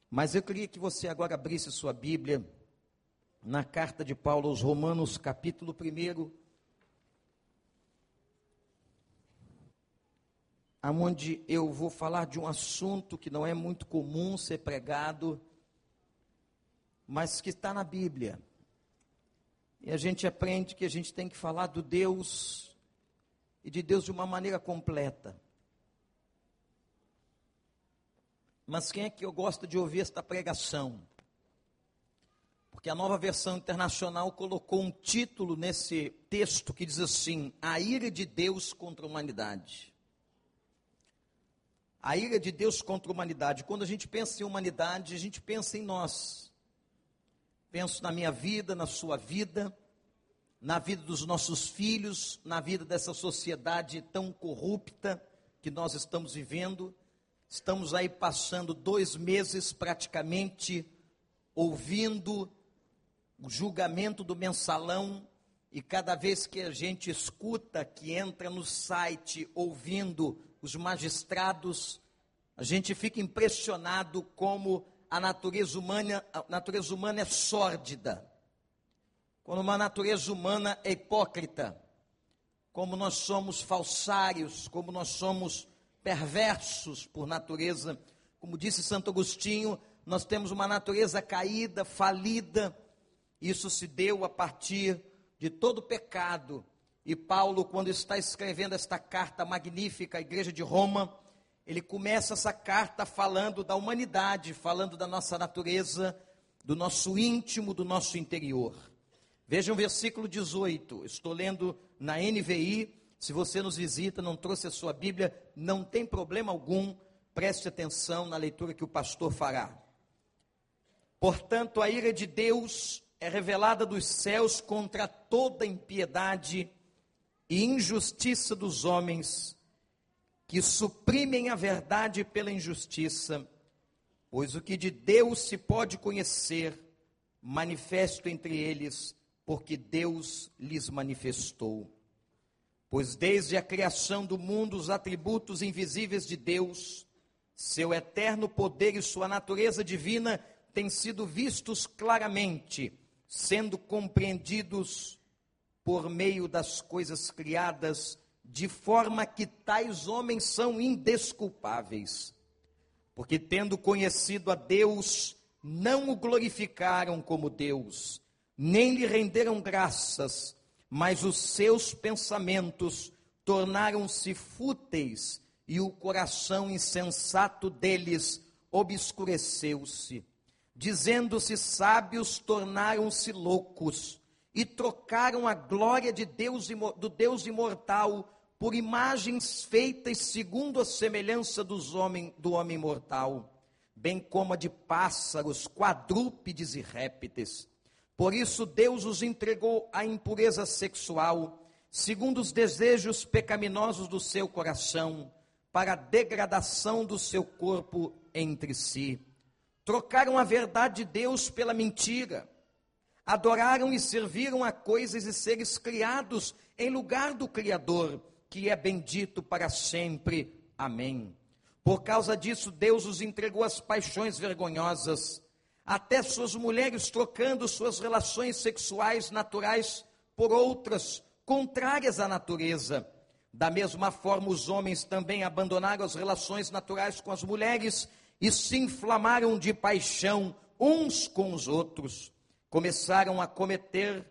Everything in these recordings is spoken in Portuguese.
Mas eu queria que você agora abrisse sua Bíblia na carta de Paulo aos Romanos, capítulo 1, onde eu vou falar de um assunto que não é muito comum ser pregado, mas que está na Bíblia. E a gente aprende que a gente tem que falar do Deus e de Deus de uma maneira completa. Mas quem é que eu gosto de ouvir esta pregação? Porque a Nova Versão Internacional colocou um título nesse texto que diz assim: a ira de Deus contra a humanidade. A ira de Deus contra a humanidade. Quando a gente pensa em humanidade, a gente pensa em nós. Penso na minha vida, na sua vida, na vida dos nossos filhos, na vida dessa sociedade tão corrupta que nós estamos vivendo. Estamos aí passando 2 meses praticamente ouvindo o julgamento do mensalão, e cada vez que a gente escuta, que entra no site ouvindo os magistrados, a gente fica impressionado como a natureza humana é sórdida, como uma natureza humana é hipócrita, como nós somos falsários, como nós somos perversos por natureza. Como disse Santo Agostinho, nós temos uma natureza caída, falida. Isso se deu a partir de todo o pecado. E Paulo, quando está escrevendo esta carta magnífica à igreja de Roma, ele começa essa carta falando da humanidade, falando da nossa natureza, do nosso íntimo, do nosso interior. Vejam o versículo 18, estou lendo na NVI. Se você nos visita, não trouxe a sua Bíblia, não tem problema algum, preste atenção na leitura que o pastor fará. Portanto, a ira de Deus é revelada dos céus contra toda impiedade e injustiça dos homens, que suprimem a verdade pela injustiça, pois o que de Deus se pode conhecer, manifesto entre eles, porque Deus lhes manifestou. Pois desde a criação do mundo, os atributos invisíveis de Deus, seu eterno poder e sua natureza divina, têm sido vistos claramente, sendo compreendidos por meio das coisas criadas, de forma que tais homens são indesculpáveis. Porque tendo conhecido a Deus, não o glorificaram como Deus, nem lhe renderam graças, mas os seus pensamentos tornaram-se fúteis, e o coração insensato deles obscureceu-se. Dizendo-se sábios, tornaram-se loucos, e trocaram a glória de Deus, do Deus imortal por imagens feitas segundo a semelhança do homem mortal, bem como a de pássaros, quadrúpedes e répteis. Por isso Deus os entregou à impureza sexual, segundo os desejos pecaminosos do seu coração, para a degradação do seu corpo entre si. Trocaram a verdade de Deus pela mentira, adoraram e serviram a coisas e seres criados em lugar do Criador, que é bendito para sempre. Amém. Por causa disso, Deus os entregou às paixões vergonhosas, até suas mulheres trocando suas relações sexuais naturais por outras, contrárias à natureza. Da mesma forma, os homens também abandonaram as relações naturais com as mulheres e se inflamaram de paixão uns com os outros. Começaram a cometer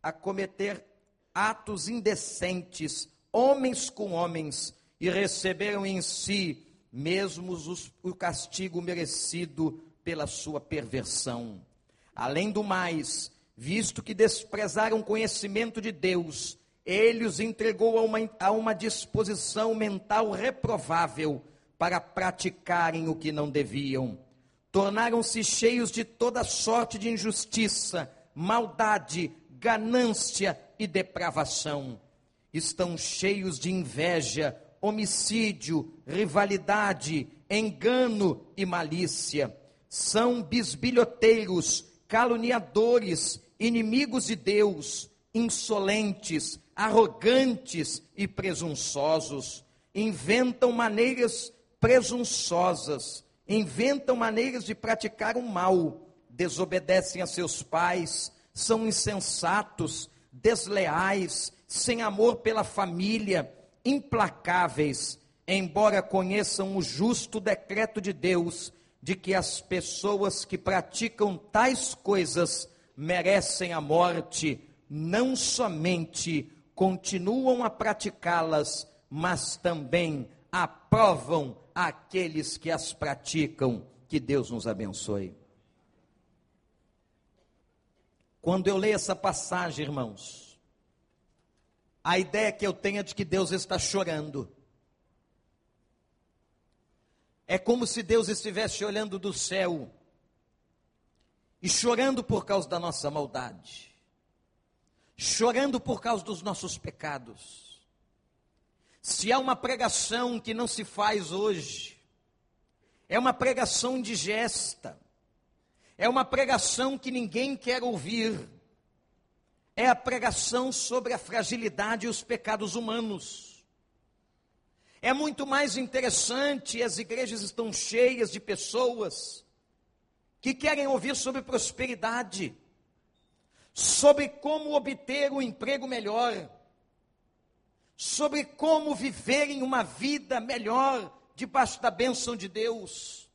atos indecentes, homens com homens, e receberam em si mesmos o castigo merecido pela sua perversão. Além do mais, visto que desprezaram o conhecimento de Deus, ele os entregou a uma disposição mental reprovável para praticarem o que não deviam. Tornaram-se cheios de toda sorte de injustiça, maldade, ganância e depravação. Estão cheios de inveja, homicídio, rivalidade, engano e malícia. São bisbilhoteiros, caluniadores, inimigos de Deus, insolentes, arrogantes e presunçosos. Inventam maneiras presunçosas, inventam maneiras de praticar o mal, desobedecem a seus pais, são insensatos, desleais, sem amor pela família, implacáveis, embora conheçam o justo decreto de Deus, de que as pessoas que praticam tais coisas merecem a morte, não somente continuam a praticá-las, mas também aprovam aqueles que as praticam. Que Deus nos abençoe. Quando eu leio essa passagem, irmãos, a ideia que eu tenho é de que Deus está chorando. É como se Deus estivesse olhando do céu e chorando por causa da nossa maldade, chorando por causa dos nossos pecados. Se há uma pregação que não se faz hoje, é uma pregação indigesta, é uma pregação que ninguém quer ouvir, é a pregação sobre a fragilidade e os pecados humanos. É muito mais interessante, as igrejas estão cheias de pessoas que querem ouvir sobre prosperidade, sobre como obter um emprego melhor, sobre como viverem uma vida melhor debaixo da bênção de Deus.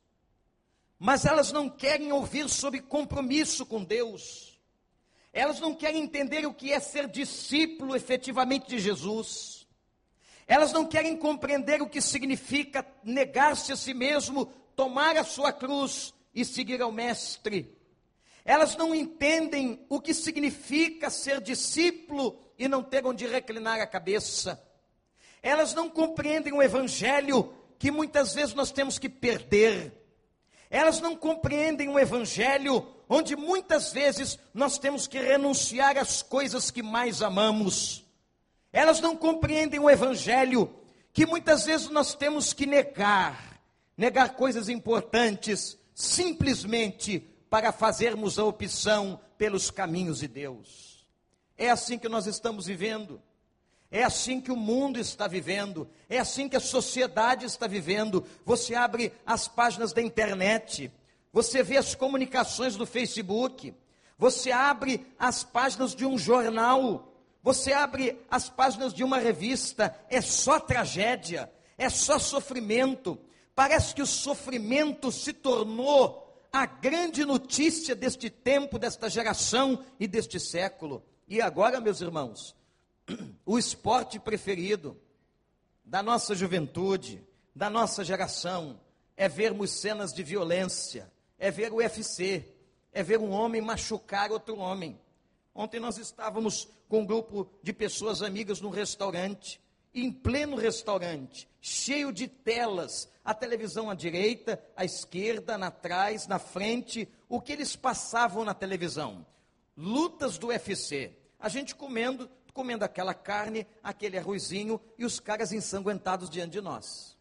Mas elas não querem ouvir sobre compromisso com Deus. Elas não querem entender o que é ser discípulo efetivamente de Jesus. Elas não querem compreender o que significa negar-se a si mesmo, tomar a sua cruz e seguir ao Mestre. Elas não entendem o que significa ser discípulo e não ter onde reclinar a cabeça. Elas não compreendem o Evangelho que muitas vezes nós temos que perder. Elas não compreendem o Evangelho onde muitas vezes nós temos que renunciar às coisas que mais amamos. Elas não compreendem o Evangelho que muitas vezes nós temos que negar coisas importantes, simplesmente para fazermos a opção pelos caminhos de Deus. É assim que nós estamos vivendo, é assim que o mundo está vivendo, é assim que a sociedade está vivendo. Você abre as páginas da internet, você vê as comunicações do Facebook, você abre as páginas de um jornal, você abre as páginas de uma revista, é só tragédia, é só sofrimento. Parece que o sofrimento se tornou a grande notícia deste tempo, desta geração e deste século. E agora, meus irmãos, o esporte preferido da nossa juventude, da nossa geração, é vermos cenas de violência, é ver o UFC, é ver um homem machucar outro homem. Ontem nós estávamos com um grupo de pessoas amigas num restaurante, em pleno restaurante, cheio de telas, a televisão à direita, à esquerda, atrás, na frente. O que eles passavam na televisão? Lutas do UFC, a gente comendo aquela carne, aquele arrozinho, e os caras ensanguentados diante de nós.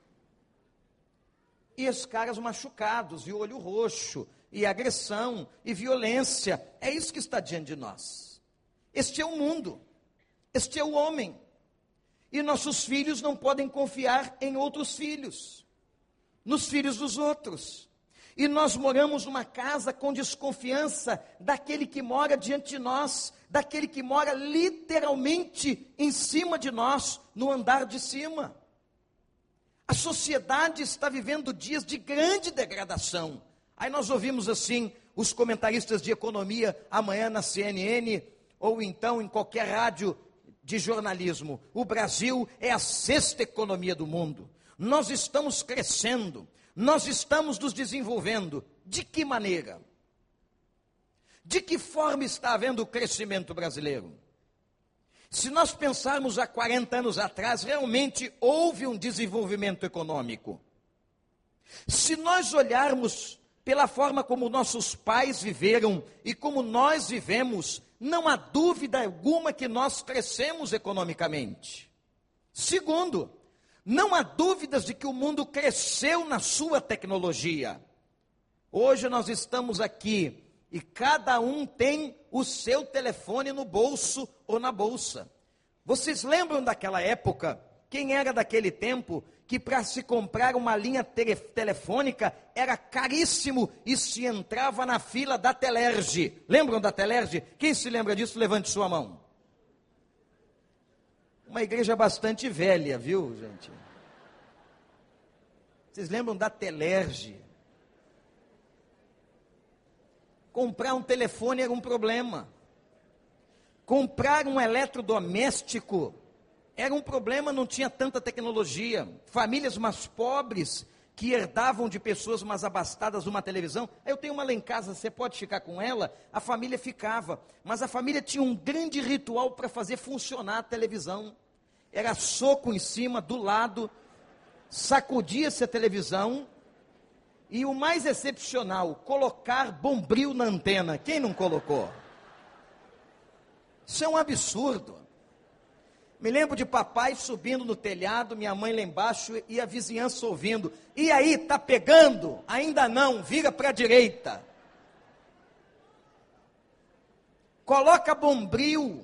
E os caras machucados, e o olho roxo, e agressão, e violência. É isso que está diante de nós. Este é o mundo, este é o homem. E nossos filhos não podem confiar em outros filhos, nos filhos dos outros. E nós moramos numa casa com desconfiança daquele que mora diante de nós, daquele que mora literalmente em cima de nós, no andar de cima. A sociedade está vivendo dias de grande degradação. Aí nós ouvimos assim, os comentaristas de economia, amanhã na CNN, ou então em qualquer rádio de jornalismo: o Brasil é a 6ª economia do mundo, nós estamos crescendo, nós estamos nos desenvolvendo. De que maneira? De que forma está havendo o crescimento brasileiro? Se nós pensarmos há 40 anos atrás, realmente houve um desenvolvimento econômico. Se nós olharmos pela forma como nossos pais viveram e como nós vivemos, não há dúvida alguma que nós crescemos economicamente. Segundo, não há dúvidas de que o mundo cresceu na sua tecnologia. Hoje nós estamos aqui e cada um tem o seu telefone no bolso ou na bolsa. Vocês lembram daquela época Quem era daquele tempo que para se comprar uma linha telefônica era caríssimo e se entrava na fila da Telerge? Lembram da Telerge? Quem se lembra disso, levante sua mão. Uma igreja bastante velha, viu, gente? Vocês lembram da Telerge? Comprar um telefone era um problema. Comprar um eletrodoméstico era um problema, não tinha tanta tecnologia. Famílias mais pobres que herdavam de pessoas mais abastadas uma televisão. Eu tenho uma lá em casa, você pode ficar com ela? A família ficava, mas a família tinha um grande ritual para fazer funcionar a televisão. Era soco em cima, do lado, sacudia-se a televisão, e o mais excepcional, colocar bombril na antena. Quem não colocou? Isso é um absurdo. Me lembro de papai subindo no telhado, minha mãe lá embaixo e a vizinhança ouvindo. E aí, tá pegando? Ainda não, vira para a direita. Coloca bombril.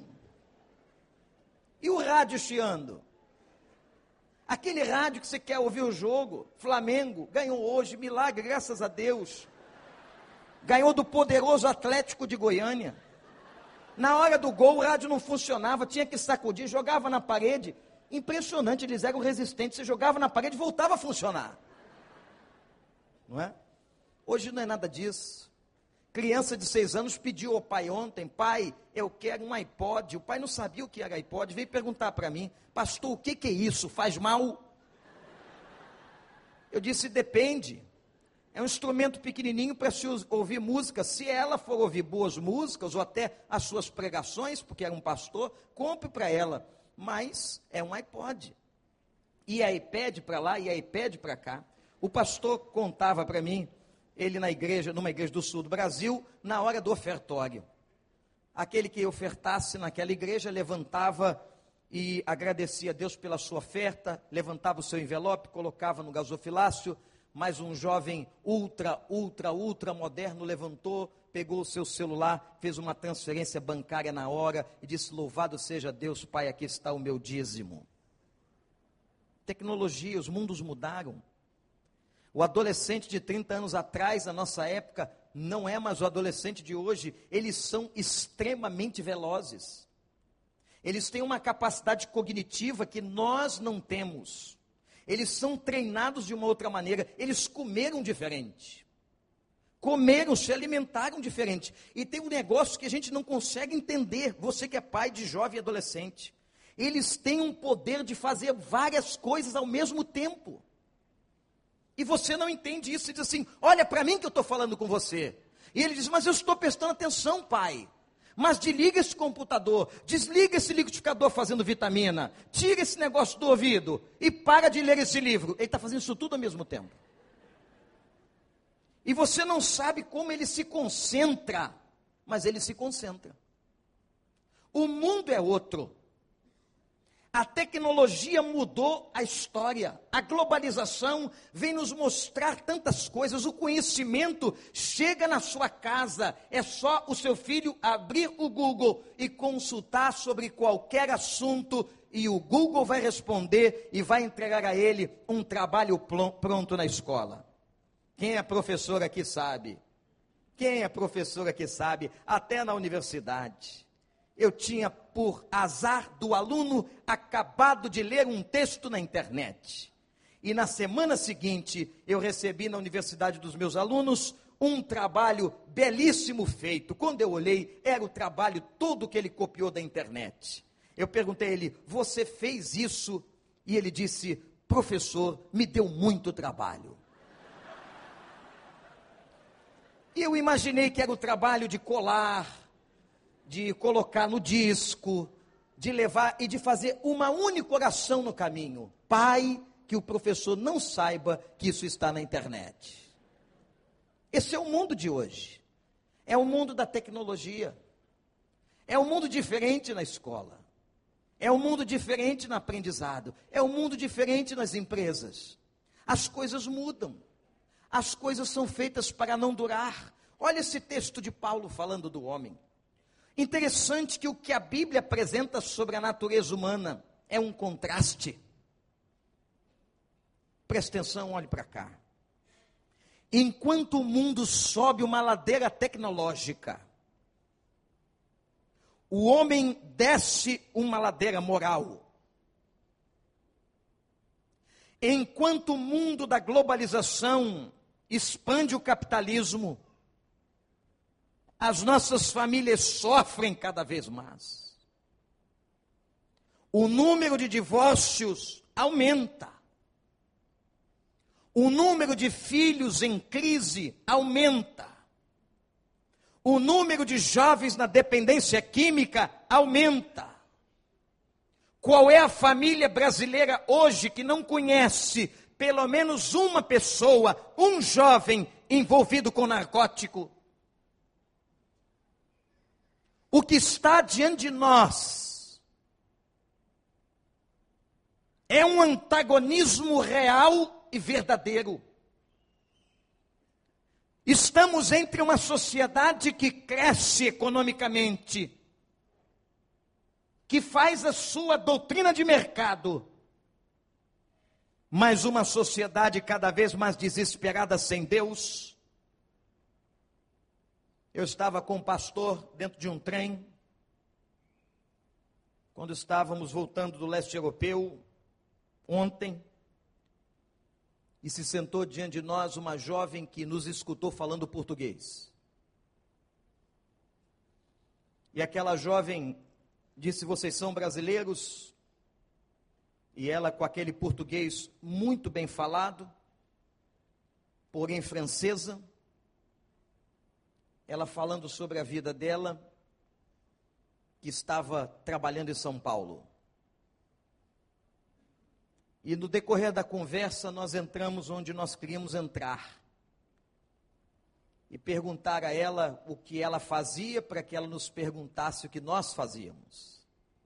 E o rádio chiando? Aquele rádio que você quer ouvir o jogo. Flamengo ganhou hoje, milagre, graças a Deus. Ganhou do poderoso Atlético de Goiânia. Na hora do gol, o rádio não funcionava, tinha que sacudir, jogava na parede. Impressionante, eles eram resistentes. Você jogava na parede e voltava a funcionar. Não é? Hoje não é nada disso. Criança de 6 anos pediu ao pai ontem: pai, eu quero um iPod. O pai não sabia o que era iPod, veio perguntar para mim: pastor, o que é isso? Faz mal? Eu disse: depende. É um instrumento pequenininho para se ouvir música. Se ela for ouvir boas músicas, ou até as suas pregações, porque era um pastor, compre para ela. Mas é um iPod. E iPad para lá, e iPad para cá. O pastor contava para mim, ele na igreja, numa igreja do sul do Brasil, na hora do ofertório. Aquele que ofertasse naquela igreja levantava e agradecia a Deus pela sua oferta, levantava o seu envelope, colocava no gasofilácio. Mas um jovem ultra moderno levantou, pegou o seu celular, fez uma transferência bancária na hora e disse: louvado seja Deus, Pai, aqui está o meu dízimo. Tecnologia, os mundos mudaram. O adolescente de 30 anos atrás, na nossa época, não é mais o adolescente de hoje. Eles são extremamente velozes. Eles têm uma capacidade cognitiva que nós não temos. Eles são treinados de uma outra maneira, eles comeram diferente, se alimentaram diferente, e tem um negócio que a gente não consegue entender, você que é pai de jovem e adolescente, eles têm um poder de fazer várias coisas ao mesmo tempo, e você não entende isso, e diz assim: olha para mim que eu estou falando com você, e ele diz: mas eu estou prestando atenção, pai. Mas desliga esse computador, desliga esse liquidificador fazendo vitamina, tira esse negócio do ouvido e para de ler esse livro. Ele está fazendo isso tudo ao mesmo tempo. E você não sabe como ele se concentra, mas ele se concentra. O mundo é outro. A tecnologia mudou a história, a globalização vem nos mostrar tantas coisas, o conhecimento chega na sua casa, é só o seu filho abrir o Google e consultar sobre qualquer assunto, e o Google vai responder e vai entregar a ele um trabalho pronto na escola. Quem é professor aqui sabe, até na universidade. Eu tinha, por azar do aluno, acabado de ler um texto na internet. E na semana seguinte, eu recebi na universidade dos meus alunos um trabalho belíssimo feito. Quando eu olhei, era o trabalho todo que ele copiou da internet. Eu perguntei a ele: você fez isso? E ele disse: professor, me deu muito trabalho. E eu imaginei que era o trabalho de colar, de colocar no disco, de levar e de fazer uma única oração no caminho: Pai, que o professor não saiba que isso está na internet. Esse é o mundo de hoje. É o mundo da tecnologia. É um mundo diferente na escola. É um mundo diferente no aprendizado. É um mundo diferente nas empresas. As coisas mudam. As coisas são feitas para não durar. Olha esse texto de Paulo falando do homem. Interessante que o que a Bíblia apresenta sobre a natureza humana é um contraste. Presta atenção, olhe para cá. Enquanto o mundo sobe uma ladeira tecnológica, o homem desce uma ladeira moral. Enquanto o mundo da globalização expande o capitalismo, as nossas famílias sofrem cada vez mais. O número de divórcios aumenta. O número de filhos em crise aumenta. O número de jovens na dependência química aumenta. Qual é a família brasileira hoje que não conhece pelo menos uma pessoa, um jovem envolvido com narcótico? O que está diante de nós é um antagonismo real e verdadeiro. Estamos entre uma sociedade que cresce economicamente, que faz a sua doutrina de mercado, mas uma sociedade cada vez mais desesperada sem Deus. Eu estava com um pastor dentro de um trem, quando estávamos voltando do leste europeu, ontem, e se sentou diante de nós uma jovem que nos escutou falando português. E aquela jovem disse: vocês são brasileiros? E ela, com aquele português muito bem falado, porém francesa, ela falando sobre a vida dela, que estava trabalhando em São Paulo. E no decorrer da conversa, nós entramos onde nós queríamos entrar. E perguntar a ela o que ela fazia, para que ela nos perguntasse o que nós fazíamos.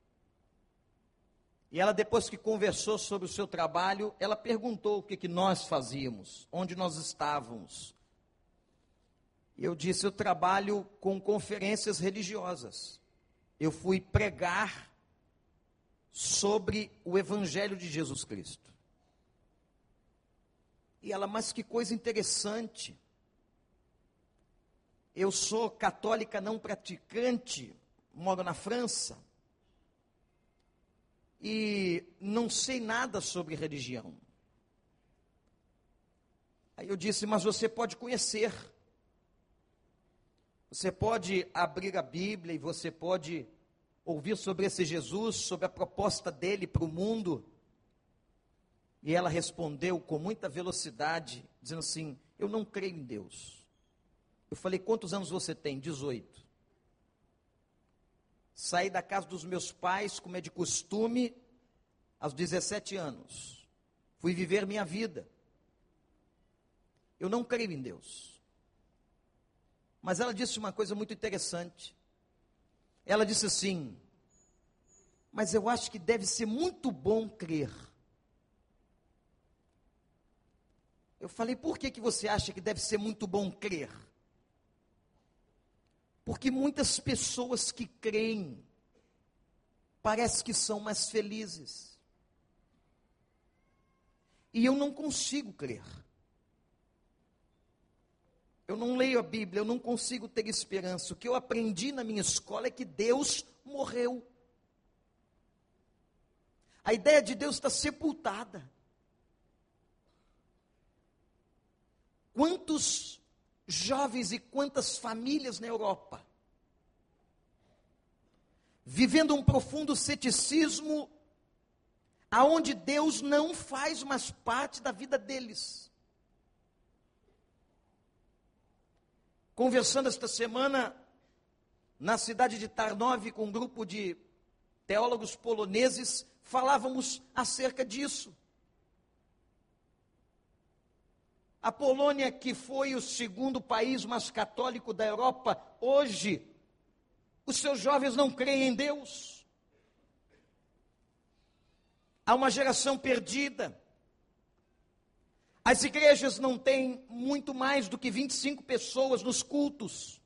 E ela, depois que conversou sobre o seu trabalho, ela perguntou o que nós fazíamos, onde nós estávamos. E eu disse: eu trabalho com conferências religiosas. Eu fui pregar sobre o Evangelho de Jesus Cristo. E ela: mas que coisa interessante. Eu sou católica não praticante, moro na França, e não sei nada sobre religião. Aí eu disse: mas você pode conhecer. Você pode abrir a Bíblia e você pode ouvir sobre esse Jesus, sobre a proposta dele para o mundo. E ela respondeu com muita velocidade, dizendo assim: eu não creio em Deus. Eu falei: quantos anos você tem? 18. Saí da casa dos meus pais, como é de costume, aos 17 anos. Fui viver minha vida. Eu não creio em Deus. Mas ela disse uma coisa muito interessante. Ela disse assim: mas eu acho que deve ser muito bom crer. Eu falei: por que você acha que deve ser muito bom crer? Porque muitas pessoas que creem, parece que são mais felizes. E eu não consigo crer. Eu não leio a Bíblia, eu não consigo ter esperança. O que eu aprendi na minha escola é que Deus morreu. A ideia de Deus está sepultada. Quantos jovens e quantas famílias na Europa, vivendo um profundo ceticismo, aonde Deus não faz mais parte da vida deles. Conversando esta semana na cidade de Tarnów com um grupo de teólogos poloneses, falávamos acerca disso. A Polônia, que foi o segundo país mais católico da Europa, hoje, os seus jovens não creem em Deus. Há uma geração perdida. As igrejas não têm muito mais do que 25 pessoas nos cultos.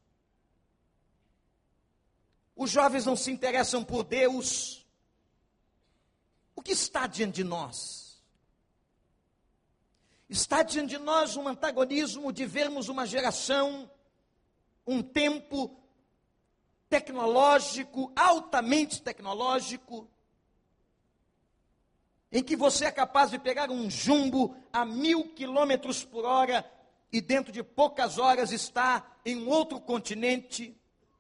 Os jovens não se interessam por Deus. O que está diante de nós? Está diante de nós um antagonismo de vermos uma geração, um tempo tecnológico, altamente tecnológico, em que você é capaz de pegar um jumbo a 1000 quilômetros por hora e dentro de poucas horas está em um outro continente,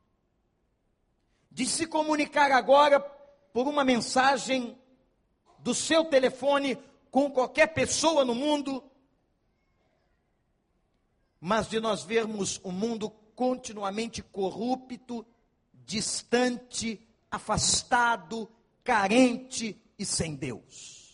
de se comunicar agora por uma mensagem do seu telefone com qualquer pessoa no mundo, mas de nós vermos o mundo continuamente corrupto, distante, afastado, carente e sem Deus.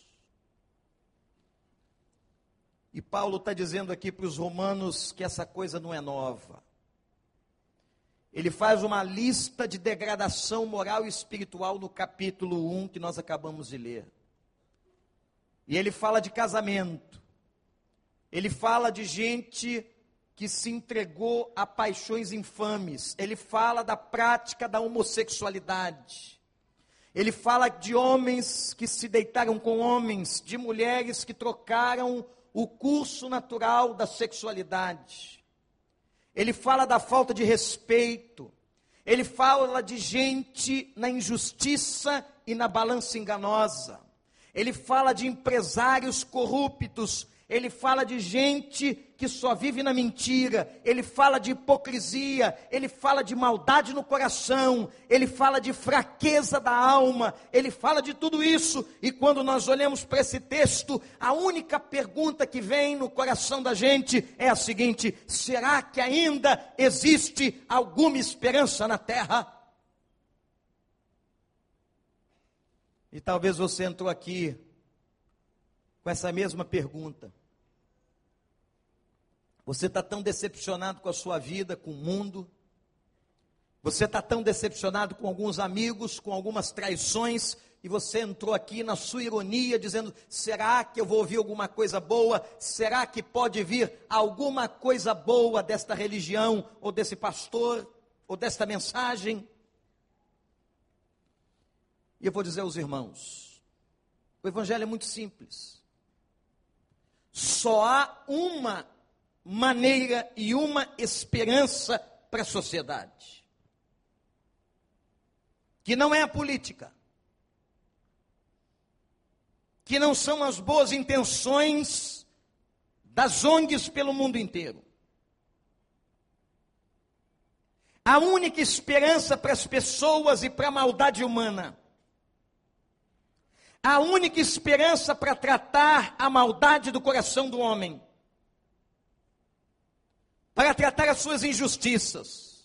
E Paulo está dizendo aqui para os romanos que essa coisa não é nova. Ele faz uma lista de degradação moral e espiritual no capítulo 1 que nós acabamos de ler. E ele fala de casamento. Ele fala de gente que se entregou a paixões infames. Ele fala da prática da homossexualidade. Ele fala de homens que se deitaram com homens, de mulheres que trocaram o curso natural da sexualidade. Ele fala da falta de respeito. Ele fala de gente na injustiça e na balança enganosa. Ele fala de empresários corruptos. Ele fala de gente que só vive na mentira. Ele fala de hipocrisia. Ele fala de maldade no coração. Ele fala de fraqueza da alma. Ele fala de tudo isso. E quando nós olhamos para esse texto, a única pergunta que vem no coração da gente é a seguinte: será que ainda existe alguma esperança na terra? E talvez você entrou aqui com essa mesma pergunta. Você está tão decepcionado com a sua vida, com o mundo. Você está tão decepcionado com alguns amigos, com algumas traições. E você entrou aqui na sua ironia, dizendo: será que eu vou ouvir alguma coisa boa? Será que pode vir alguma coisa boa desta religião, ou desse pastor, ou desta mensagem? E eu vou dizer aos irmãos, o evangelho é muito simples. Só há uma maneira e uma esperança para a sociedade, que não é a política, que não são as boas intenções das ONGs pelo mundo inteiro. A única esperança para as pessoas e para a maldade humana, a única esperança para tratar a maldade do coração do homem, para tratar as suas injustiças.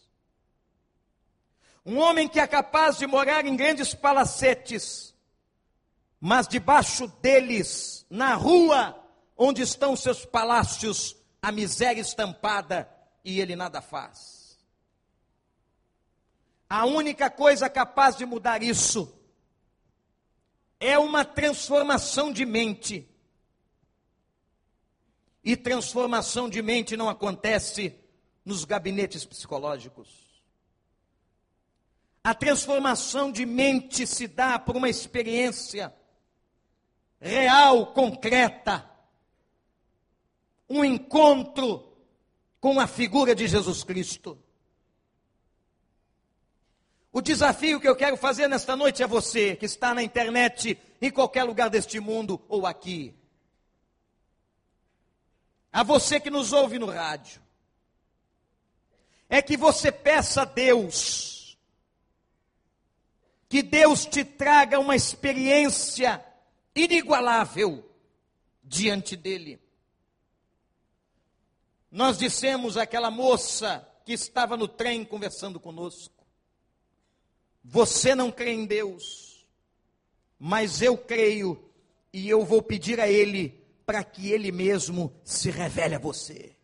Um homem que é capaz de morar em grandes palacetes, mas debaixo deles, na rua onde estão seus palácios, a miséria estampada, e ele nada faz. A única coisa capaz de mudar isso é uma transformação de mente. E transformação de mente não acontece nos gabinetes psicológicos. A transformação de mente se dá por uma experiência real, concreta. Um encontro com a figura de Jesus Cristo. O desafio que eu quero fazer nesta noite a você, que está na internet, em qualquer lugar deste mundo ou aqui. A você que nos ouve no rádio. É que você peça a Deus, que Deus te traga uma experiência inigualável diante dele. Nós dissemos àquela moça que estava no trem conversando conosco: você não crê em Deus, mas eu creio, e eu vou pedir a Ele para que Ele mesmo se revele a você.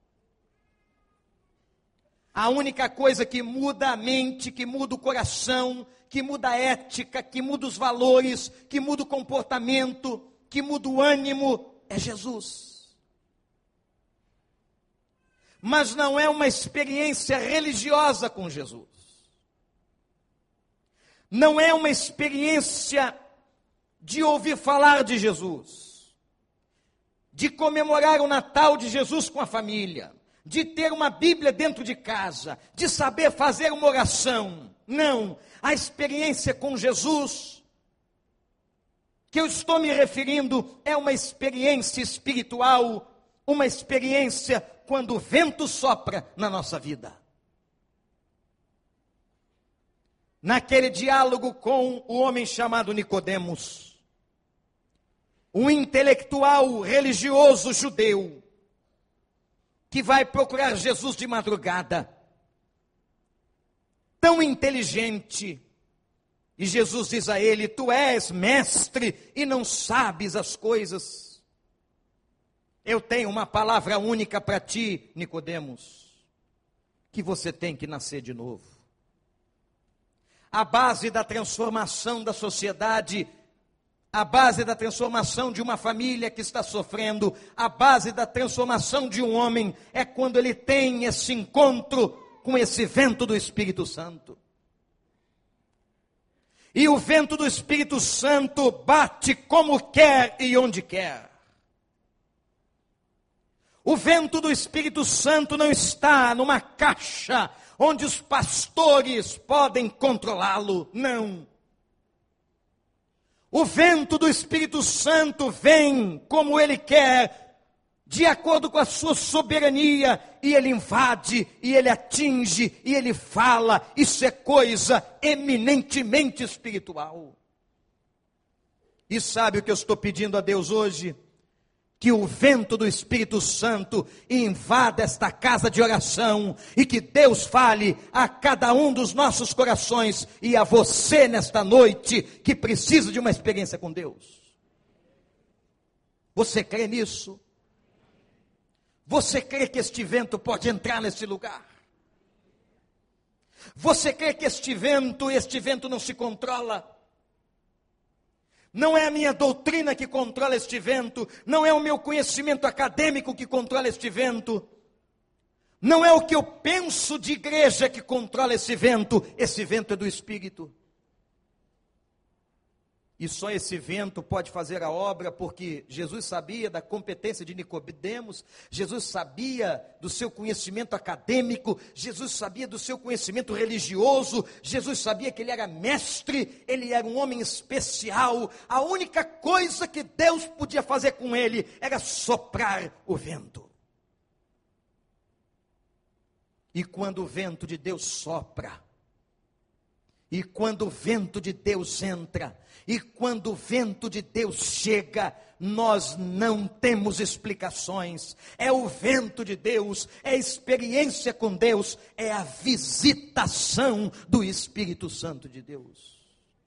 A única coisa que muda a mente, que muda o coração, que muda a ética, que muda os valores, que muda o comportamento, que muda o ânimo, é Jesus. Mas não é uma experiência religiosa com Jesus. Não é uma experiência de ouvir falar de Jesus. de comemorar o Natal de Jesus com a família, de ter uma Bíblia dentro de casa, de saber fazer uma oração. Não, a experiência com Jesus que eu estou me referindo é uma experiência espiritual, uma experiência quando o vento sopra na nossa vida. Naquele diálogo com o homem chamado Nicodemos, um intelectual religioso judeu, que vai procurar Jesus de madrugada, tão inteligente, e Jesus diz a ele: tu és mestre e não sabes as coisas. Eu tenho uma palavra única para ti, Nicodemos, que você tem que nascer de novo. A base da transformação da sociedade, a base da transformação de uma família que está sofrendo, a base da transformação de um homem é quando ele tem esse encontro com esse vento do Espírito Santo. E o vento do Espírito Santo bate como quer e onde quer. O vento do Espírito Santo não está numa caixa onde os pastores podem controlá-lo, não. O vento do Espírito Santo vem como ele quer, de acordo com a sua soberania, e ele invade, e ele atinge, e ele fala. Isso é coisa eminentemente espiritual. E sabe o que eu estou pedindo a Deus hoje? Que o vento do Espírito Santo invada esta casa de oração, e que Deus fale a cada um dos nossos corações, e a você nesta noite, que precisa de uma experiência com Deus. Você crê nisso? Você crê que este vento pode entrar nesse lugar? Você crê que este vento não se controla? Não é a minha doutrina que controla este vento, não é o meu conhecimento acadêmico que controla este vento, não é o que eu penso de igreja que controla esse vento é do Espírito. E só esse vento pode fazer a obra, porque Jesus sabia da competência de Nicodemos, Jesus sabia do seu conhecimento acadêmico, Jesus sabia do seu conhecimento religioso, Jesus sabia que ele era mestre, ele era um homem especial. A única coisa que Deus podia fazer com ele era soprar o vento. E quando o vento de Deus sopra, e quando o vento de Deus entra, e quando o vento de Deus chega, nós não temos explicações. É o vento de Deus, é a experiência com Deus, é a visitação do Espírito Santo de Deus.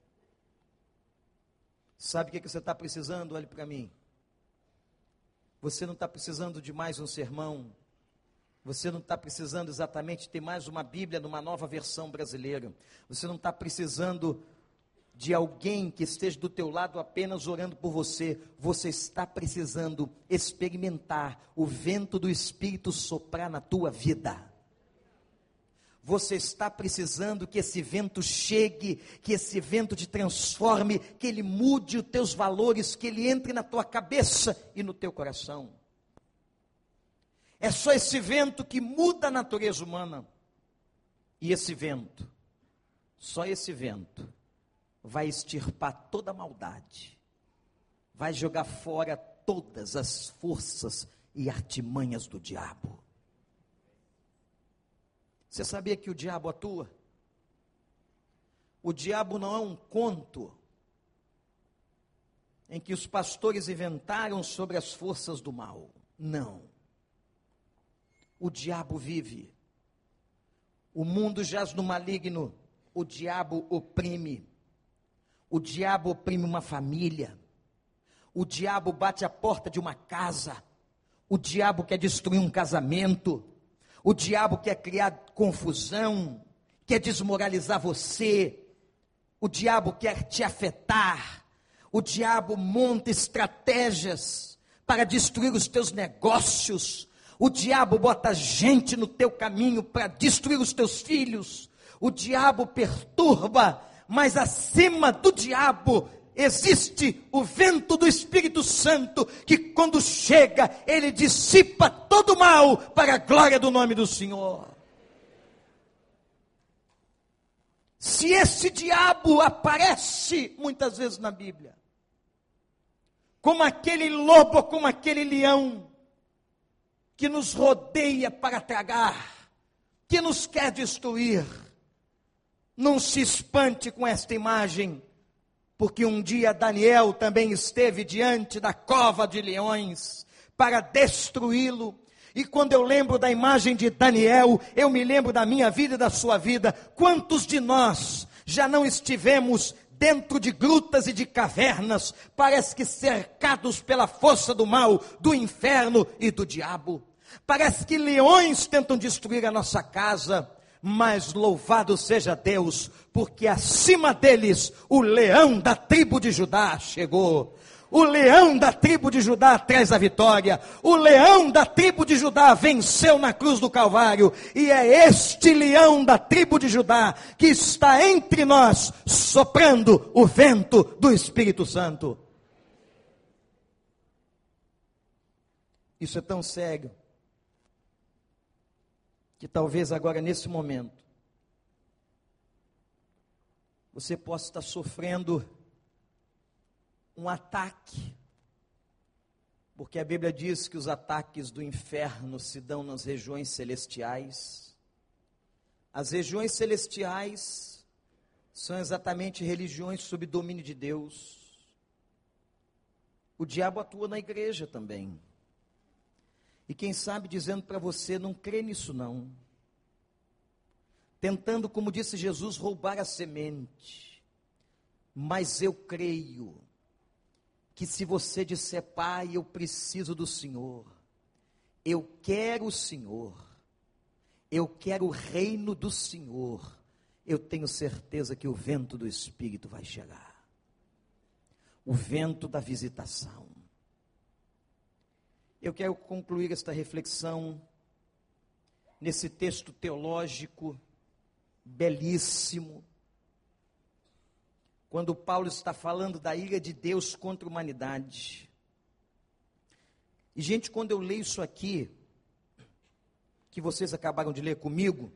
Sabe o que você está precisando? Olhe para mim. Você não está precisando de mais um sermão. Você não está precisando exatamente ter mais uma Bíblia numa nova versão brasileira. Você não está precisando de alguém que esteja do teu lado apenas orando por você. Você está precisando experimentar o vento do Espírito soprar na tua vida. Você está precisando que esse vento chegue, que esse vento te transforme, que ele mude os teus valores, que ele entre na tua cabeça e no teu coração. É só esse vento que muda a natureza humana. E esse vento, só esse vento, vai extirpar toda a maldade, vai jogar fora todas as forças e artimanhas do diabo. Você sabia que o diabo atua? O diabo não é um conto em que os pastores inventaram sobre as forças do mal. Não. O diabo vive. O mundo jaz no maligno. O diabo oprime. O diabo oprime uma família. O diabo bate a porta de uma casa. O diabo quer destruir um casamento. O diabo quer criar confusão. Quer desmoralizar você. O diabo quer te afetar. O diabo monta estratégias para destruir os teus negócios. O diabo bota gente no teu caminho para destruir os teus filhos. O diabo perturba, mas acima do diabo existe o vento do Espírito Santo, que quando chega, ele dissipa todo o mal, para a glória do nome do Senhor. Se esse diabo aparece muitas vezes na Bíblia, como aquele lobo, como aquele leão, que nos rodeia para tragar, que nos quer destruir, não se espante com esta imagem, porque um dia Daniel também esteve diante da cova de leões para destruí-lo. E quando eu lembro da imagem de Daniel, eu me lembro da minha vida e da sua vida. Quantos de nós já não estivemos dentro de grutas e de cavernas, parece que cercados pela força do mal, do inferno e do diabo? Parece que leões tentam destruir a nossa casa, mas louvado seja Deus, porque acima deles o leão da tribo de Judá chegou. O leão da tribo de Judá traz a vitória. O leão da tribo de Judá venceu na cruz do Calvário. E é este leão da tribo de Judá que está entre nós, soprando o vento do Espírito Santo. Isso é tão sério, que talvez agora nesse momento, você possa estar sofrendo um ataque, porque a Bíblia diz que os ataques do inferno se dão nas regiões celestiais. As regiões celestiais são exatamente religiões sob domínio de Deus. O diabo atua na igreja também. E quem sabe dizendo para você, não crê nisso não. Tentando, como disse Jesus, roubar a semente. Mas eu creio que se você disser, Pai, eu preciso do Senhor, eu quero o Senhor, eu quero o reino do Senhor, eu tenho certeza que o vento do Espírito vai chegar. O vento da visitação. Eu quero concluir esta reflexão nesse texto teológico belíssimo, quando Paulo está falando da ira de Deus contra a humanidade. E gente, quando eu leio isso aqui, que vocês acabaram de ler comigo,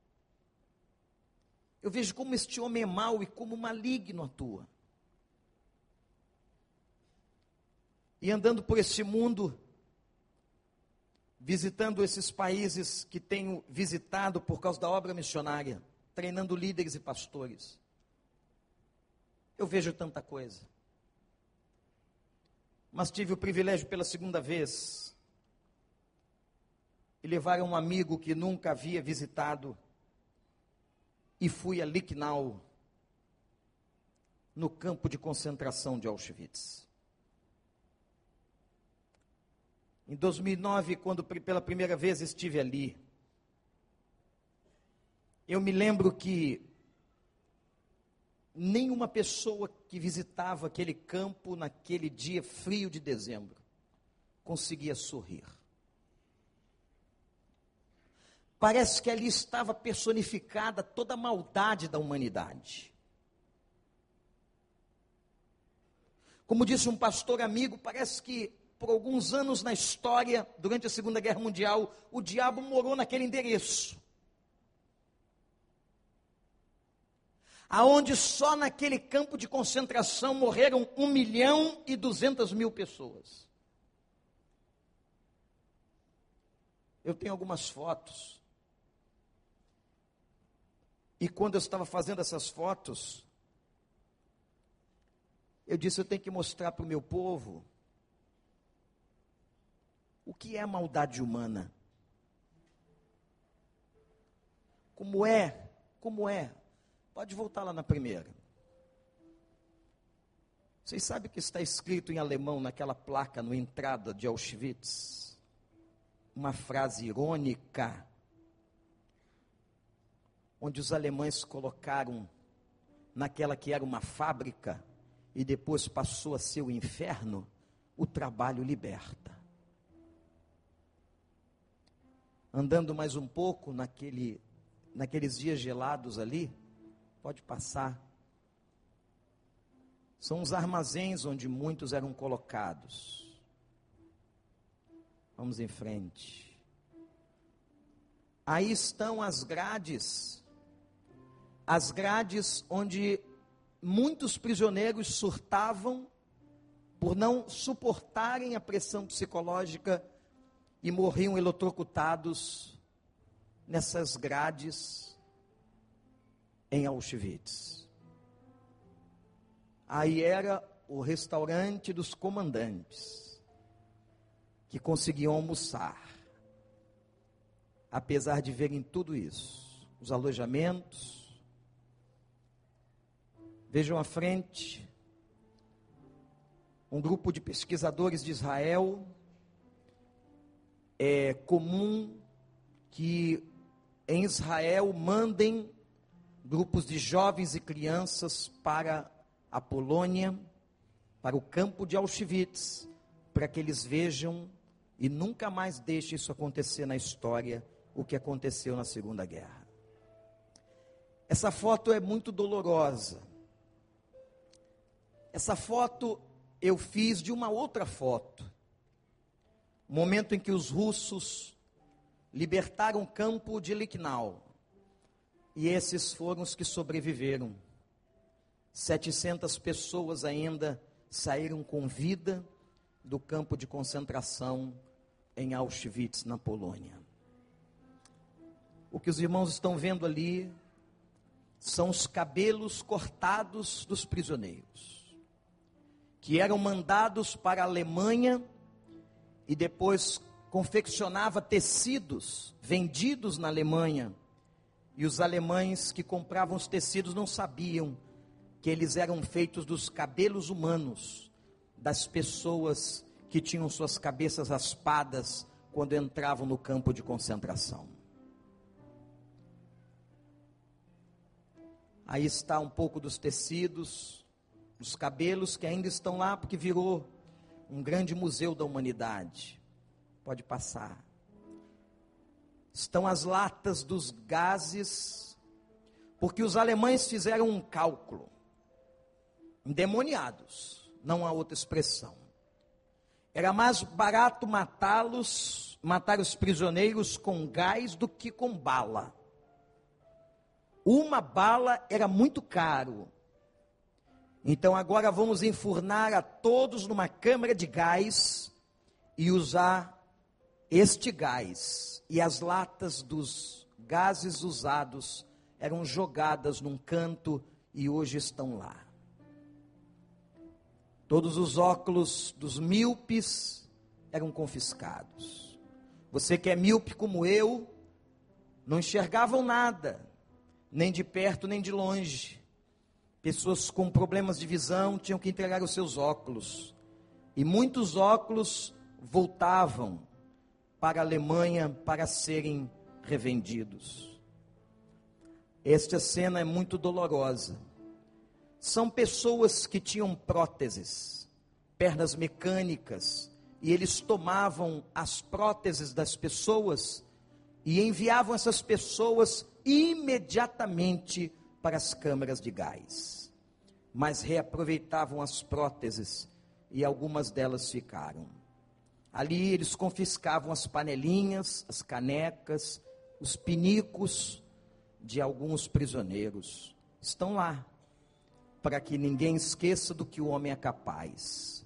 eu vejo como este homem é mau e como maligno atua. E andando por esse mundo, visitando esses países que tenho visitado por causa da obra missionária, treinando líderes e pastores, eu vejo tanta coisa. Mas tive o privilégio pela segunda vez de levar um amigo que nunca havia visitado, e fui a Licknau, no campo de concentração de Auschwitz. Em 2009, quando pela primeira vez estive ali, eu me lembro que nenhuma pessoa que visitava aquele campo naquele dia frio de dezembro conseguia sorrir. Parece que ali estava personificada toda a maldade da humanidade. Como disse um pastor amigo, parece que por alguns anos na história, durante a Segunda Guerra Mundial, o diabo morou naquele endereço. Aonde só naquele campo de concentração morreram 1.200.000 pessoas. Eu tenho algumas fotos. E quando eu estava fazendo essas fotos, eu disse, eu tenho que mostrar para o meu povo o que é a maldade humana. Como é. Pode voltar lá na primeira. Vocês sabem o que está escrito em alemão naquela placa na entrada de Auschwitz? Uma frase irônica, onde os alemães colocaram naquela que era uma fábrica e depois passou a ser o inferno, o trabalho liberta. Andando mais um pouco naqueles dias gelados ali, pode passar. São os armazéns onde muitos eram colocados. Vamos em frente. Aí estão as grades onde muitos prisioneiros surtavam por não suportarem a pressão psicológica e morriam eletrocutados nessas grades em Auschwitz. Aí era o restaurante dos comandantes, que conseguiam almoçar, apesar de verem tudo isso, os alojamentos. Vejam à frente, um grupo de pesquisadores de Israel. É comum que em Israel mandem grupos de jovens e crianças para a Polônia, para o campo de Auschwitz, para que eles vejam e nunca mais deixe isso acontecer na história, o que aconteceu na Segunda Guerra. Essa foto é muito dolorosa. Essa foto eu fiz de uma outra foto. O momento em que os russos libertaram o campo de Lucknow. E esses foram os que sobreviveram. 700 pessoas ainda saíram com vida do campo de concentração em Auschwitz, na Polônia. O que os irmãos estão vendo ali são os cabelos cortados dos prisioneiros, que eram mandados para a Alemanha e depois confeccionava tecidos vendidos na Alemanha. E os alemães que compravam os tecidos não sabiam que eles eram feitos dos cabelos humanos das pessoas que tinham suas cabeças raspadas quando entravam no campo de concentração. Aí está um pouco dos tecidos, os cabelos que ainda estão lá, porque virou um grande museu da humanidade. Pode passar. Estão as latas dos gases, porque os alemães fizeram um cálculo. Endemoniados, não há outra expressão. Era mais barato matar os prisioneiros com gás do que com bala. Uma bala era muito caro. Então agora vamos enfurnar a todos numa câmara de gás e usar este gás. E as latas dos gases usados eram jogadas num canto e hoje estão lá. Todos os óculos dos míopes eram confiscados. Você que é míope como eu, não enxergavam nada, nem de perto nem de longe. Pessoas com problemas de visão tinham que entregar os seus óculos. E muitos óculos voltavam para a Alemanha para serem revendidos. Esta cena é muito dolorosa. São pessoas que tinham próteses, pernas mecânicas, e eles tomavam as próteses das pessoas e enviavam essas pessoas imediatamente para as câmaras de gás. Mas reaproveitavam as próteses e algumas delas ficaram. Ali eles confiscavam as panelinhas, as canecas, os pinicos de alguns prisioneiros. Estão lá, para que ninguém esqueça do que o homem é capaz.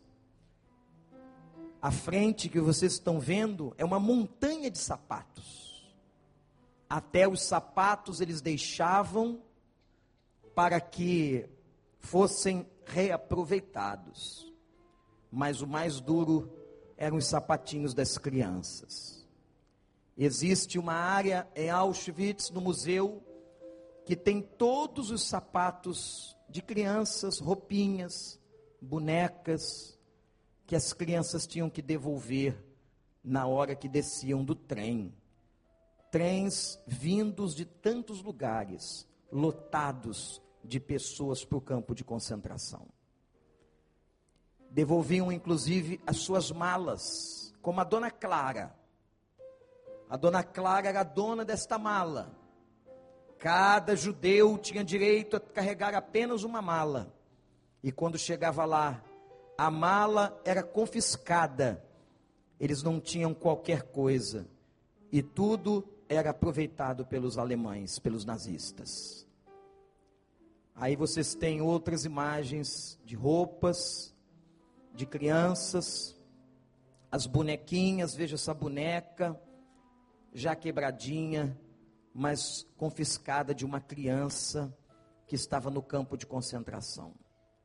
À frente que vocês estão vendo é uma montanha de sapatos. Até os sapatos eles deixavam para que fossem reaproveitados. Mas o mais duro eram os sapatinhos das crianças. Existe uma área em Auschwitz, no museu, que tem todos os sapatos de crianças, roupinhas, bonecas, que as crianças tinham que devolver na hora que desciam do trem. Trens vindos de tantos lugares, lotados de pessoas para o campo de concentração. Devolviam inclusive as suas malas, como a dona Clara. A dona Clara era a dona desta mala. Cada judeu tinha direito a carregar apenas uma mala. E quando chegava lá, a mala era confiscada. Eles não tinham qualquer coisa. E tudo era aproveitado pelos alemães, pelos nazistas. Aí vocês têm outras imagens de roupas, de crianças, as bonequinhas, veja essa boneca, já quebradinha, mas confiscada de uma criança que estava no campo de concentração.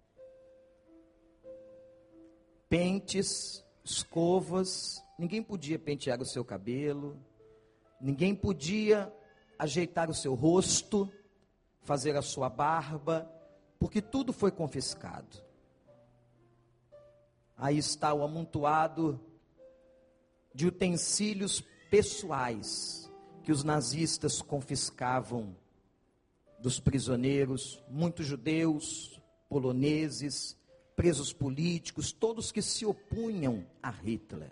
Pentes, escovas, ninguém podia pentear o seu cabelo, ninguém podia ajeitar o seu rosto, fazer a sua barba, porque tudo foi confiscado. Aí está o amontoado de utensílios pessoais que os nazistas confiscavam dos prisioneiros, muitos judeus, poloneses, presos políticos, todos que se opunham a Hitler.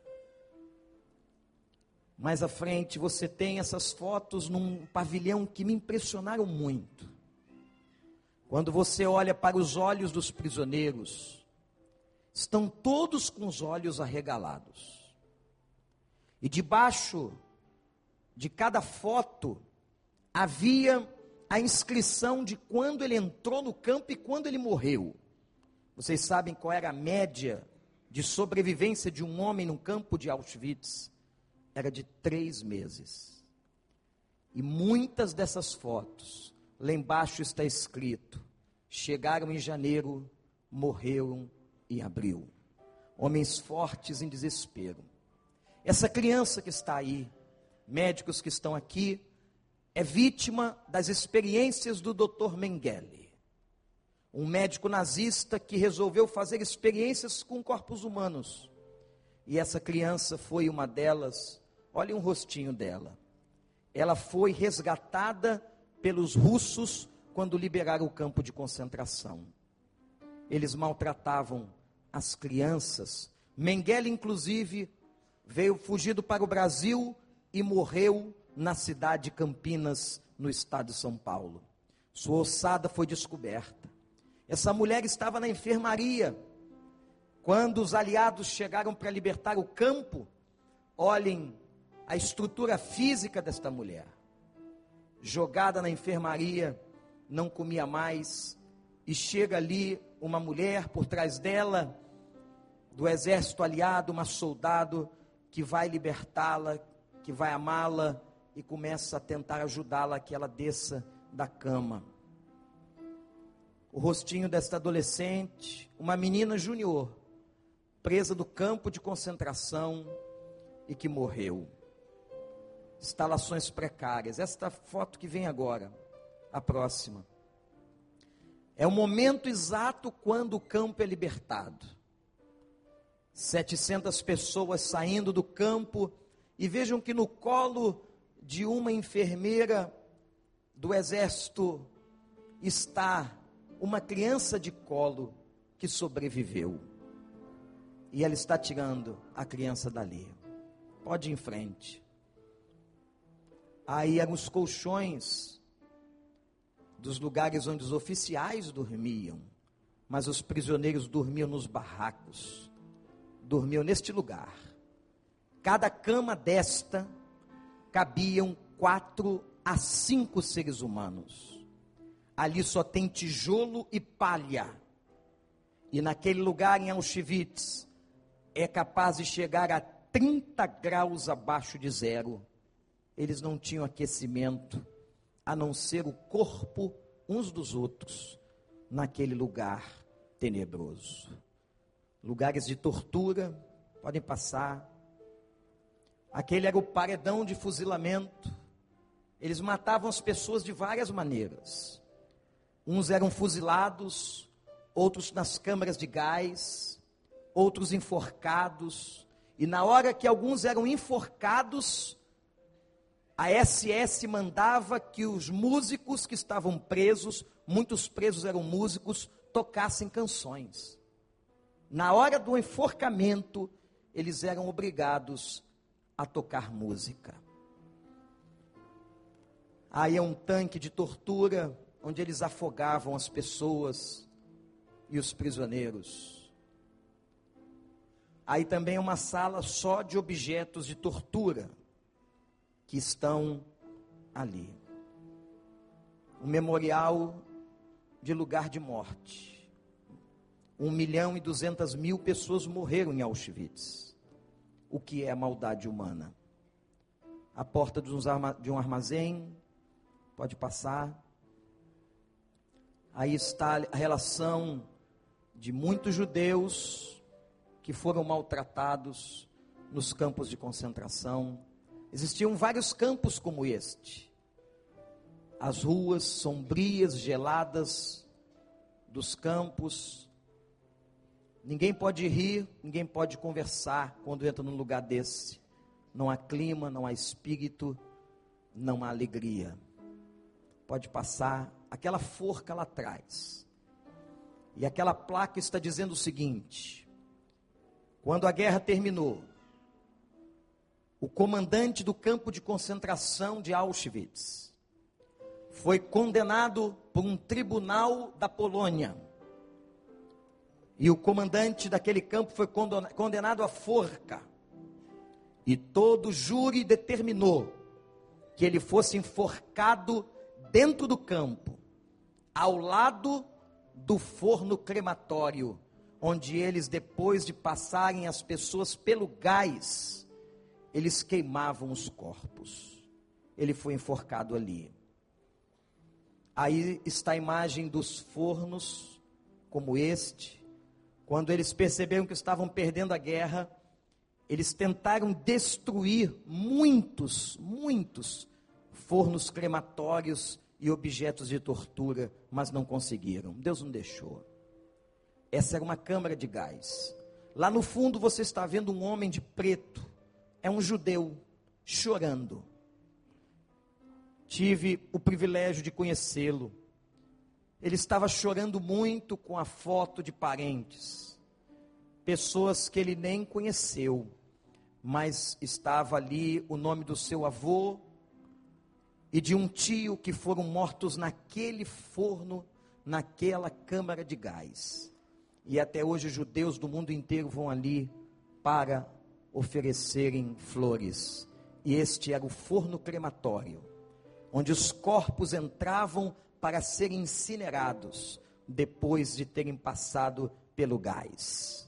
Mais à frente você tem essas fotos num pavilhão que me impressionaram muito. Quando você olha para os olhos dos prisioneiros, estão todos com os olhos arregalados. E debaixo de cada foto havia a inscrição de quando ele entrou no campo e quando ele morreu. Vocês sabem qual era a média de sobrevivência de um homem no campo de Auschwitz? Era de 3 meses. E muitas dessas fotos, lá embaixo está escrito: chegaram em janeiro, morreram em abril. Homens fortes em desespero. Essa criança que está aí, médicos que estão aqui, é vítima das experiências do Dr. Mengele, um médico nazista que resolveu fazer experiências com corpos humanos. E essa criança foi uma delas. Olhem o rostinho dela. Ela foi resgatada pelos russos quando liberaram o campo de concentração. Eles maltratavam as crianças. Mengele, inclusive, veio fugido para o Brasil e morreu na cidade de Campinas, no estado de São Paulo. Sua ossada foi descoberta. Essa mulher estava na enfermaria. Quando os aliados chegaram para libertar o campo, olhem a estrutura física desta mulher. Jogada na enfermaria, não comia mais, e chega ali uma mulher por trás dela, do exército aliado, uma soldado que vai libertá-la, que vai amá-la e começa a tentar ajudá-la a que ela desça da cama. O rostinho desta adolescente, uma menina júnior, presa do campo de concentração e que morreu. Instalações precárias. Esta foto que vem agora, a próxima, é o momento exato quando o campo é libertado. 700 pessoas saindo do campo, e vejam que no colo de uma enfermeira do exército está uma criança de colo que sobreviveu. E ela está tirando a criança dali. Pode ir em frente. Aí eram os colchões dos lugares onde os oficiais dormiam, mas os prisioneiros dormiam nos barracos, dormiam neste lugar. Cada cama desta cabiam 4 a 5 seres humanos. Ali só tem tijolo e palha. E naquele lugar em Auschwitz é capaz de chegar a 30 graus abaixo de zero. Eles não tinham aquecimento, a não ser o corpo uns dos outros, naquele lugar tenebroso. Lugares de tortura, podem passar. Aquele era o paredão de fuzilamento. Eles matavam as pessoas de várias maneiras. Uns eram fuzilados, outros nas câmaras de gás, outros enforcados. E na hora que alguns eram enforcados, a SS mandava que os músicos que estavam presos, muitos presos eram músicos, tocassem canções. Na hora do enforcamento, eles eram obrigados a tocar música. Aí é um tanque de tortura, onde eles afogavam as pessoas e os prisioneiros. Aí também uma sala só de objetos de tortura que estão ali. Um memorial de lugar de morte. 1.200.000 pessoas morreram em Auschwitz. O que é a maldade humana? A porta de um armazém, pode passar. Aí está a relação de muitos judeus que foram maltratados nos campos de concentração. Existiam vários campos como este. As ruas sombrias, geladas dos campos. Ninguém pode rir, ninguém pode conversar quando entra num lugar desse. Não há clima, não há espírito, não há alegria. Pode passar aquela forca lá atrás. E aquela placa está dizendo o seguinte: quando a guerra terminou, o comandante do campo de concentração de Auschwitz foi condenado por um tribunal da Polônia. E o comandante daquele campo foi condenado à forca. E todo o júri determinou que ele fosse enforcado dentro do campo, ao lado do forno crematório, onde eles, depois de passarem as pessoas pelo gás, eles queimavam os corpos. Ele foi enforcado ali. Aí está a imagem dos fornos, como este. Quando eles perceberam que estavam perdendo a guerra, eles tentaram destruir muitos fornos crematórios e objetos de tortura, mas não conseguiram. Deus não deixou. Essa era uma câmara de gás. Lá no fundo você está vendo um homem de preto. É um judeu chorando. Tive o privilégio de conhecê-lo. Ele estava chorando muito com a foto de parentes, pessoas que ele nem conheceu, mas estava ali o nome do seu avô e de um tio que foram mortos naquele forno, naquela câmara de gás. E até hoje os judeus do mundo inteiro vão ali para oferecerem flores. E este era o forno crematório, onde os corpos entravam para serem incinerados, depois de terem passado pelo gás.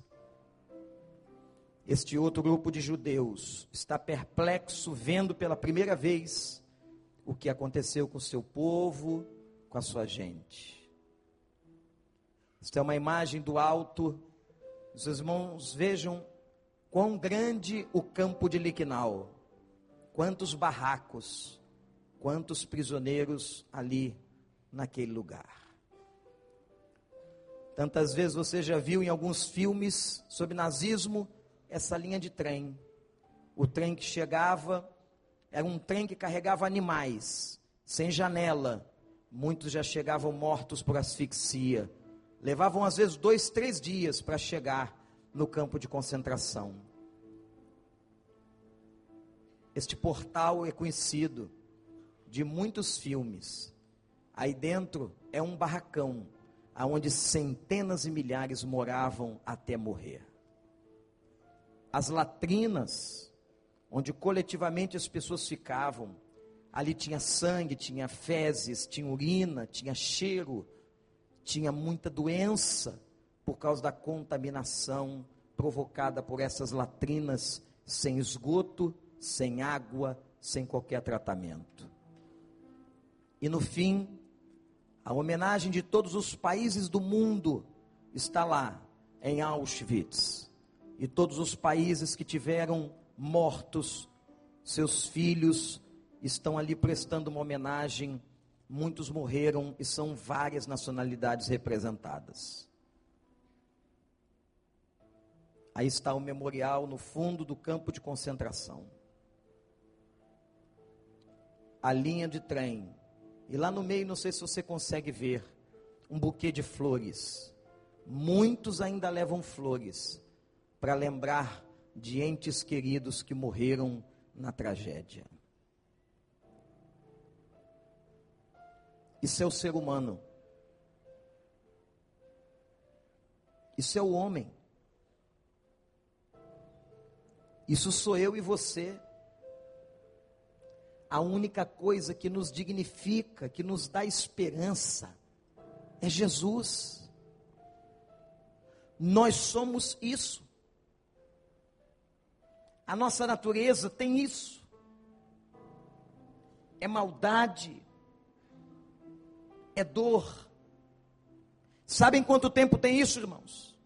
Este outro grupo de judeus está perplexo, vendo pela primeira vez o que aconteceu com o seu povo, com a sua gente. Esta é uma imagem do alto. Os irmãos vejam quão grande o campo de Liquinau, quantos barracos, quantos prisioneiros ali naquele lugar. Tantas vezes você já viu em alguns filmes sobre nazismo essa linha de trem. O trem que chegava era um trem que carregava animais, sem janela. Muitos já chegavam mortos por asfixia. Levavam às vezes 2, 3 dias para chegar no campo de concentração. Este portal é conhecido de muitos filmes. Aí dentro é um barracão, onde centenas e milhares moravam até morrer. As latrinas, onde coletivamente as pessoas ficavam, ali tinha sangue, tinha fezes, tinha urina, tinha cheiro, tinha muita doença, por causa da contaminação provocada por essas latrinas, sem esgoto, sem água, sem qualquer tratamento. E no fim, a homenagem de todos os países do mundo está lá, em Auschwitz. E todos os países que tiveram mortos, seus filhos, estão ali prestando uma homenagem. Muitos morreram e são várias nacionalidades representadas. Aí está o memorial no fundo do campo de concentração. A linha de trem. E lá no meio, não sei se você consegue ver, um buquê de flores. Muitos ainda levam flores para lembrar de entes queridos que morreram na tragédia. Isso é o ser humano. Isso é o homem. Isso sou eu e você. A única coisa que nos dignifica, que nos dá esperança, é Jesus. Nós somos isso. A nossa natureza tem isso. É maldade, é dor. Sabem quanto tempo tem isso, irmãos?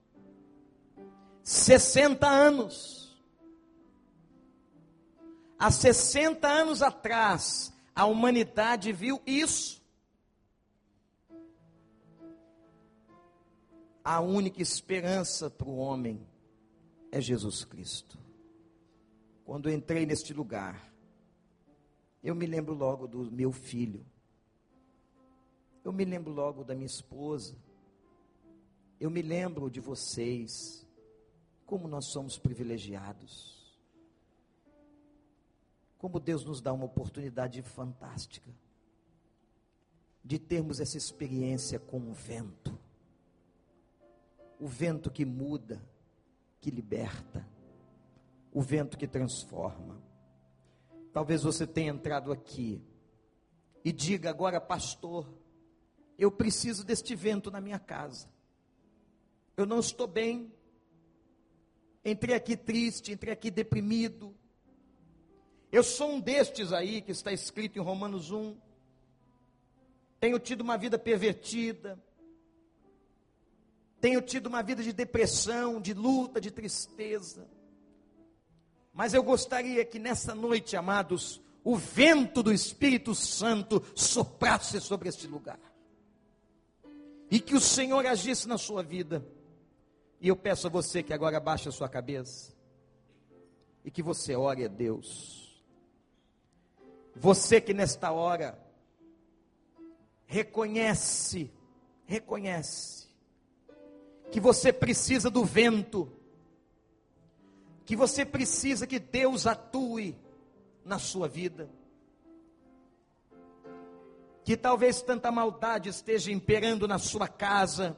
60 anos. Há 60 anos atrás, a humanidade viu isso. A única esperança para o homem é Jesus Cristo. Quando eu entrei neste lugar, eu me lembro logo do meu filho. Eu me lembro logo da minha esposa. Eu me lembro de vocês. Como nós somos privilegiados. Como Deus nos dá uma oportunidade fantástica de termos essa experiência com o vento. O vento que muda, que liberta. O vento que transforma. Talvez você tenha entrado aqui e diga agora, pastor, eu preciso deste vento na minha casa. Eu não estou bem. Entrei aqui triste, entrei aqui deprimido. Eu sou um destes aí que está escrito em Romanos 1. Tenho tido uma vida pervertida. Tenho tido uma vida de depressão, de luta, de tristeza. Mas eu gostaria que nessa noite, amados, o vento do Espírito Santo soprasse sobre este lugar. E que o Senhor agisse na sua vida. E eu peço a você que agora abaixe a sua cabeça. E que você ore a Deus. Você que nesta hora reconhece que você precisa do vento, que você precisa que Deus atue na sua vida, que talvez tanta maldade esteja imperando na sua casa,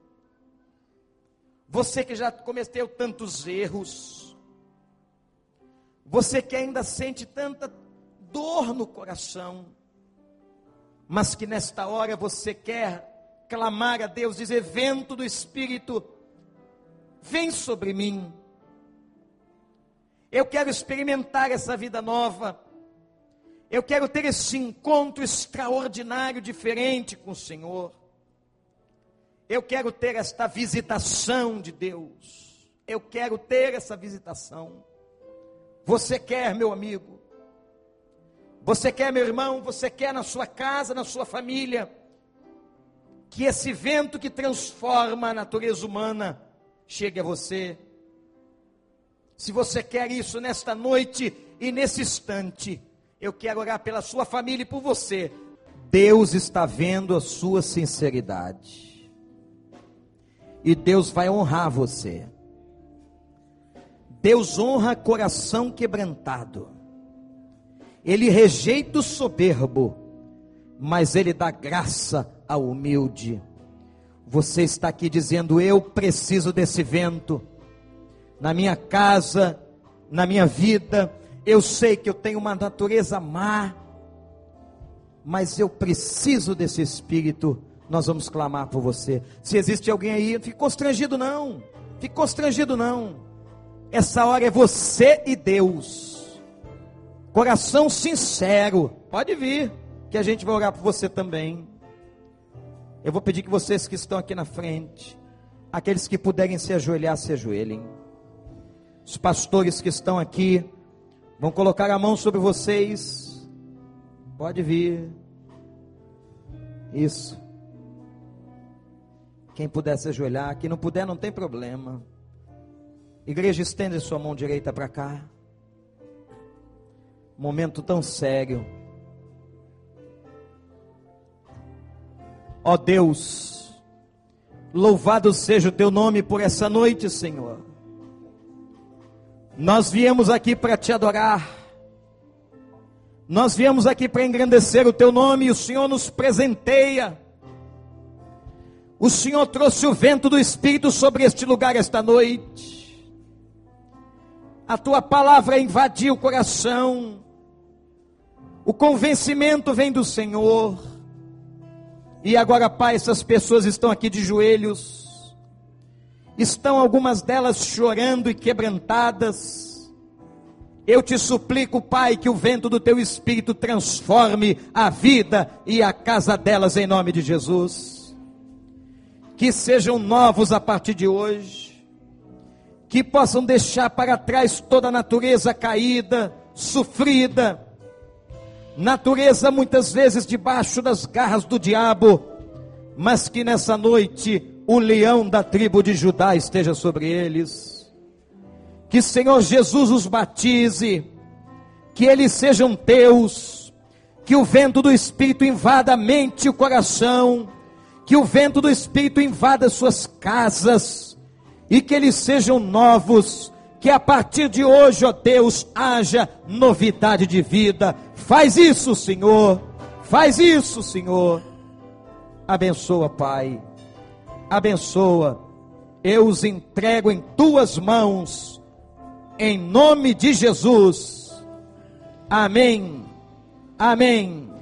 você que já cometeu tantos erros, você que ainda sente tanta dor no coração, mas que nesta hora você quer clamar a Deus, dizer, vento do Espírito, vem sobre mim, eu quero experimentar essa vida nova, eu quero ter esse encontro extraordinário, diferente com o Senhor, eu quero ter esta visitação de Deus, eu quero ter essa visitação. Você quer, meu amigo? Você quer, meu irmão? Você quer na sua casa, na sua família, que esse vento que transforma a natureza humana chegue a você? Se você quer isso nesta noite e nesse instante, eu quero orar pela sua família e por você. Deus está vendo a sua sinceridade. E Deus vai honrar você. Deus honra coração quebrantado. Ele rejeita o soberbo, mas Ele dá graça ao humilde. Você está aqui dizendo, eu preciso desse vento, na minha casa, na minha vida, eu sei que eu tenho uma natureza má, mas eu preciso desse Espírito. Nós vamos clamar por você. Se existe alguém aí, não fique constrangido não, essa hora é você e Deus. Coração sincero, pode vir, que a gente vai orar por você também. Eu vou pedir que vocês que estão aqui na frente, aqueles que puderem se ajoelhar, se ajoelhem. Os pastores que estão aqui, vão colocar a mão sobre vocês. Pode vir. Isso. Quem puder se ajoelhar, quem não puder não tem problema. Igreja, estende sua mão direita para cá. Momento tão sério. Ó Deus, louvado seja o teu nome por essa noite, Senhor. Nós viemos aqui para te adorar. Nós viemos aqui para engrandecer o teu nome e o Senhor nos presenteia O Senhor trouxe o vento do Espírito sobre este lugar esta noite. A tua palavra invadiu o coração. O convencimento vem do Senhor. E agora, Pai, essas pessoas estão aqui de joelhos. Estão algumas delas chorando e quebrantadas. Eu te suplico, Pai, que o vento do teu Espírito transforme a vida e a casa delas em nome de Jesus. Que sejam novos a partir de hoje. Que possam deixar para trás toda a natureza caída, sofrida. Natureza muitas vezes debaixo das garras do diabo, mas que nessa noite o leão da tribo de Judá esteja sobre eles. Que Senhor Jesus os batize, que eles sejam teus, que o vento do Espírito invada a mente e o coração, que o vento do Espírito invada suas casas, e que eles sejam novos, que a partir de hoje, ó Deus, haja novidade de vida. Faz isso, Senhor, faz isso, Senhor. Abençoa, Pai, abençoa. Eu os entrego em tuas mãos, em nome de Jesus. Amém, amém